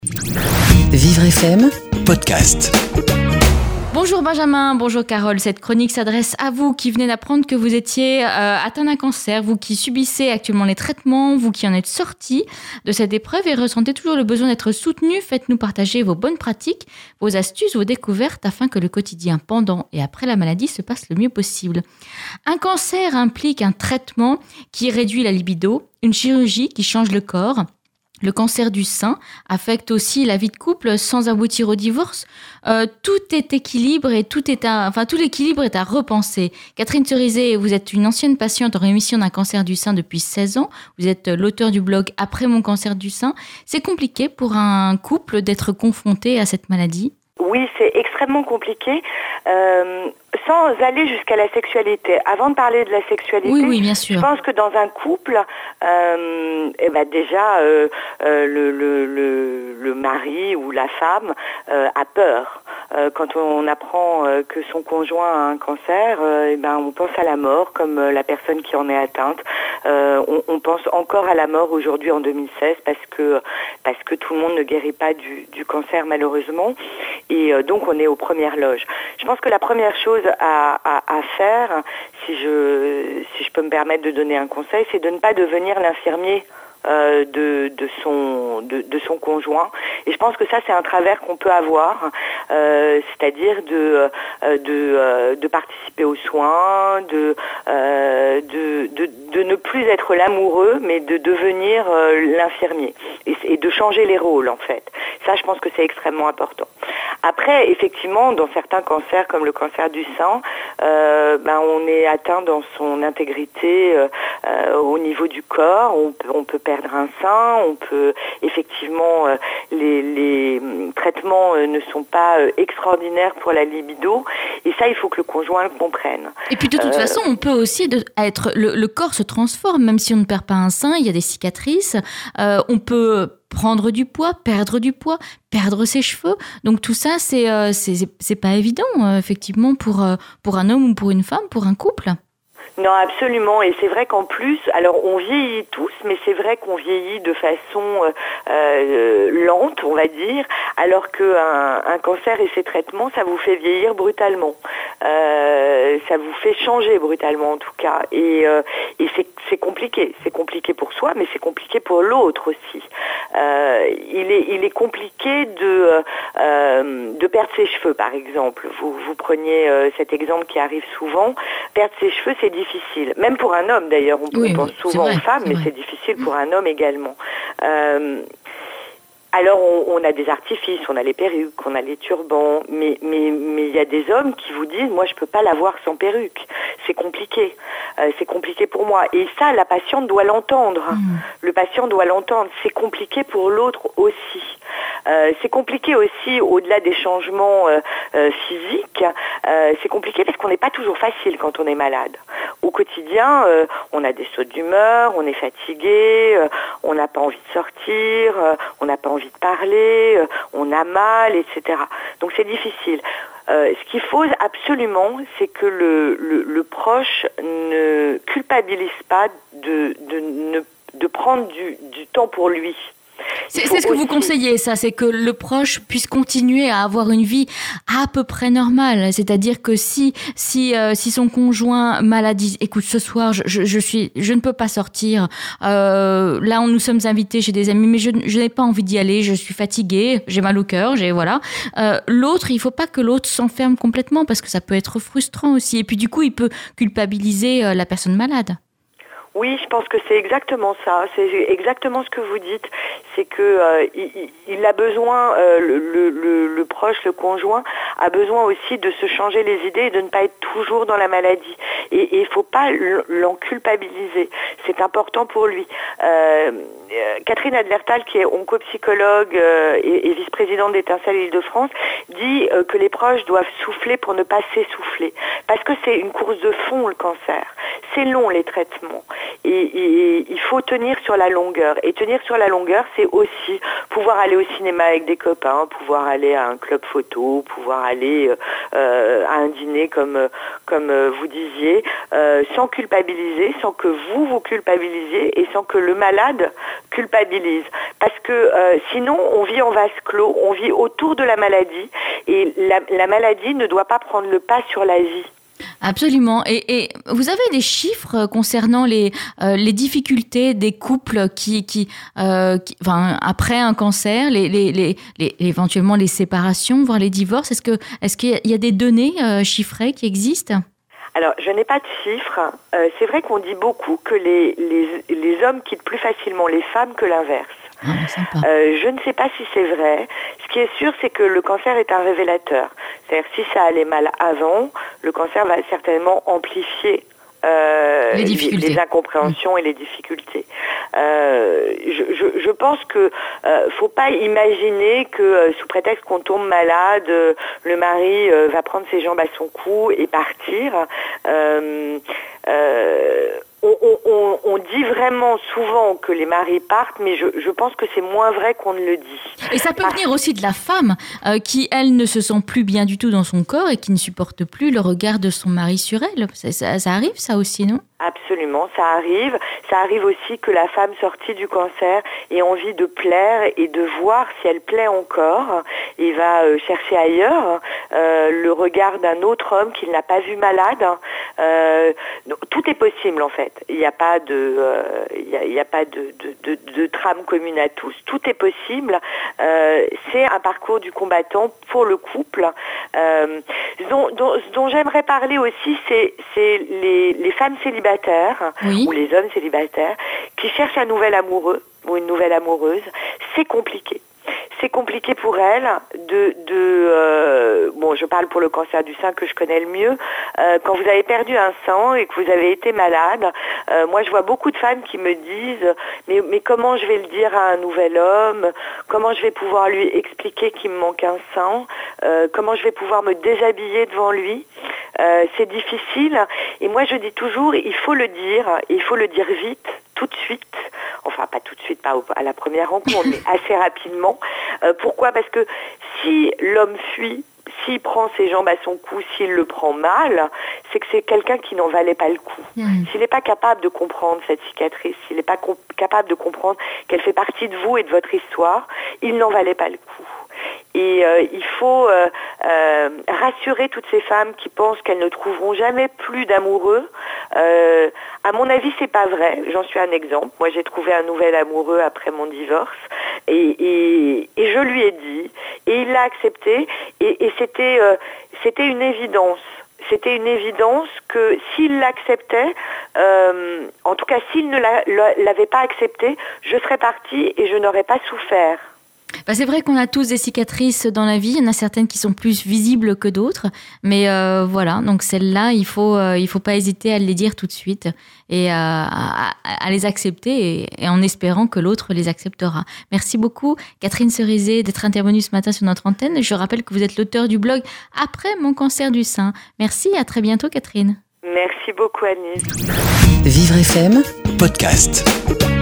Vivre FM Podcast. Bonjour Benjamin, bonjour Carole. Cette chronique s'adresse à vous qui venez d'apprendre que vous étiez atteint d'un cancer, vous qui subissez actuellement les traitements, vous qui en êtes sorti de cette épreuve et ressentez toujours le besoin d'être soutenu. Faites-nous partager vos bonnes pratiques, vos astuces, vos découvertes afin que le quotidien pendant et après la maladie se passe le mieux possible. Un cancer implique un traitement qui réduit la libido, une chirurgie qui change le corps. Le cancer du sein affecte aussi la vie de couple sans aboutir au divorce. Tout est équilibre et tout l'équilibre est à repenser. Catherine Cerizet, vous êtes une ancienne patiente en rémission d'un cancer du sein depuis 16 ans. Vous êtes l'auteur du blog Après mon cancer du sein. C'est compliqué pour un couple d'être confronté à cette maladie ? Oui, c'est extrêmement compliqué, sans aller jusqu'à la sexualité. Avant de parler de la sexualité, oui, bien sûr. Je pense que dans un couple, déjà, le mari ou la femme a peur. Quand on apprend que son conjoint a un cancer, on pense à la mort comme la personne qui en est atteinte. On pense encore à la mort aujourd'hui en 2016 parce que tout le monde ne guérit pas du cancer malheureusement. Et donc on est aux premières loges. Je pense que la première chose à faire, si je peux me permettre de donner un conseil, c'est de ne pas devenir l'infirmier de son conjoint. Et je pense que ça c'est un travers qu'on peut avoir, c'est-à-dire de participer aux soins, de ne plus être l'amoureux, mais de devenir l'infirmier et de changer les rôles en fait. Ça, je pense que c'est extrêmement important. Après, effectivement, dans certains cancers comme le cancer du sein, on est atteint dans son intégrité au niveau du corps. On peut perdre un sein, on peut effectivement les traitements ne sont pas extraordinaires pour la libido. Et ça, il faut que le conjoint le comprenne. Et puis de toute façon, on peut aussi le corps se transforme, même si on ne perd pas un sein, il y a des cicatrices. On peut prendre du poids, perdre ses cheveux. Donc tout ça, c'est pas évident, effectivement, pour un homme ou pour une femme, pour un couple. Non, absolument. Et c'est vrai qu'en plus, alors on vieillit tous, mais c'est vrai qu'on vieillit de façon lente, on va dire, alors qu'un cancer et ses traitements, ça vous fait vieillir brutalement. Ça vous fait changer brutalement en tout cas. Et c'est compliqué. C'est compliqué pour soi, mais c'est compliqué pour l'autre aussi. Il est compliqué de perdre ses cheveux, par exemple. Vous preniez cet exemple qui arrive souvent. Perdre ses cheveux, c'est difficile. Même pour un homme d'ailleurs. On pense souvent aux femmes, mais c'est difficile pour un homme également. Alors on a des artifices, on a les perruques, on a les turbans, mais il y a des hommes qui vous disent moi je peux pas l'avoir sans perruque, c'est compliqué pour moi. Et ça la patiente doit l'entendre. Le patient doit l'entendre. C'est compliqué pour l'autre aussi. C'est compliqué aussi au-delà des changements physiques. C'est compliqué parce qu'on n'est pas toujours facile quand on est malade. Au quotidien, on a des sautes d'humeur, on est fatigué, on n'a pas envie de sortir, on n'a pas envie de parler, on a mal, etc. Donc c'est difficile. Ce qu'il faut absolument, c'est que le proche ne culpabilise pas de prendre du temps pour lui. C'est ce que vous conseillez, ça, c'est que le proche puisse continuer à avoir une vie à peu près normale. C'est-à-dire que si son conjoint maladie, écoute, ce soir, je ne peux pas sortir. Là, nous sommes invités chez des amis, mais je n'ai pas envie d'y aller. Je suis fatiguée, j'ai mal au cœur, voilà. L'autre, il faut pas que l'autre s'enferme complètement parce que ça peut être frustrant aussi. Et puis du coup, il peut culpabiliser la personne malade. Oui, je pense que c'est exactement ça. C'est exactement ce que vous dites. C'est que il a besoin, le proche, le conjoint, a besoin aussi de se changer les idées et de ne pas être toujours dans la maladie. Et il faut pas l'en culpabiliser. C'est important pour lui. Catherine Adlertal, qui est oncopsychologue et vice-présidente d'Étincelle Île-de-France, dit que les proches doivent souffler pour ne pas s'essouffler. Parce que c'est une course de fond, le cancer. c'est long les traitements et il faut tenir sur la longueur. Et tenir sur la longueur, c'est aussi pouvoir aller au cinéma avec des copains, pouvoir aller à un club photo, pouvoir aller à un dîner comme vous disiez, sans culpabiliser, sans que vous culpabilisiez et sans que le malade culpabilise. Parce que sinon, on vit en vase clos, on vit autour de la maladie et la maladie ne doit pas prendre le pas sur la vie. Absolument. Et vous avez des chiffres concernant les difficultés des couples qui après un cancer, éventuellement les séparations, voire les divorces. Est-ce qu'il y a des données chiffrées qui existent ? Alors, je n'ai pas de chiffres. C'est vrai qu'on dit beaucoup que les hommes quittent plus facilement les femmes que l'inverse. Je ne sais pas si c'est vrai. Ce qui est sûr, c'est que le cancer est un révélateur. C'est-à-dire, si ça allait mal avant, le cancer va certainement amplifier les incompréhensions et les difficultés. Je pense que faut pas imaginer que sous prétexte qu'on tombe malade, le mari va prendre ses jambes à son cou et partir. On dit vraiment souvent que les maris partent, mais je pense que c'est moins vrai qu'on ne le dit. Et ça peut venir aussi de la femme qui, elle, ne se sent plus bien du tout dans son corps et qui ne supporte plus le regard de son mari sur elle. Ça arrive, ça aussi, non ? Absolument, ça arrive. Ça arrive aussi que la femme sortie du cancer ait envie de plaire et de voir si elle plaît encore et va chercher ailleurs le regard d'un autre homme qu'il n'a pas vu malade. Tout est possible en fait. Il n'y a pas de trame commune à tous. Tout est possible. C'est un parcours du combattant pour le couple. Dont j'aimerais parler aussi, c'est les femmes célibataires. Oui. Ou les hommes célibataires qui cherchent un nouvel amoureux ou une nouvelle amoureuse. C'est compliqué. C'est compliqué pour elles bon, je parle pour le cancer du sein que je connais le mieux. Quand vous avez perdu un sein et que vous avez été malade, moi je vois beaucoup de femmes qui me disent mais comment je vais le dire à un nouvel homme ? Comment je vais pouvoir lui expliquer qu'il me manque un sein ? Comment je vais pouvoir me déshabiller devant lui ? C'est difficile. Et moi je dis toujours, il faut le dire vite, tout de suite. Enfin, pas tout de suite, pas à la première rencontre, mais assez rapidement. Pourquoi ? Parce que si l'homme fuit, s'il prend ses jambes à son cou, s'il le prend mal, c'est que c'est quelqu'un qui n'en valait pas le coup. S'il n'est pas capable de comprendre cette cicatrice, s'il n'est pas capable de comprendre qu'elle fait partie de vous et de votre histoire, il n'en valait pas le coup. Et il faut rassurer toutes ces femmes qui pensent qu'elles ne trouveront jamais plus d'amoureux. À mon avis, c'est pas vrai. J'en suis un exemple. Moi, j'ai trouvé un nouvel amoureux après mon divorce, et je lui ai dit, et il l'a accepté. Et c'était une évidence. C'était une évidence que s'il l'acceptait, en tout cas s'il ne l'avait pas accepté, je serais partie et je n'aurais pas souffert. C'est vrai qu'on a tous des cicatrices dans la vie. Il y en a certaines qui sont plus visibles que d'autres. Mais voilà, donc celles-là, il faut pas hésiter à les dire tout de suite et à les accepter et en espérant que l'autre les acceptera. Merci beaucoup, Catherine Cerizet, d'être intervenue ce matin sur notre antenne. Je rappelle que vous êtes l'auteur du blog Après mon cancer du sein. Merci, à très bientôt, Catherine. Merci beaucoup, Agnès. Vivre FM, podcast.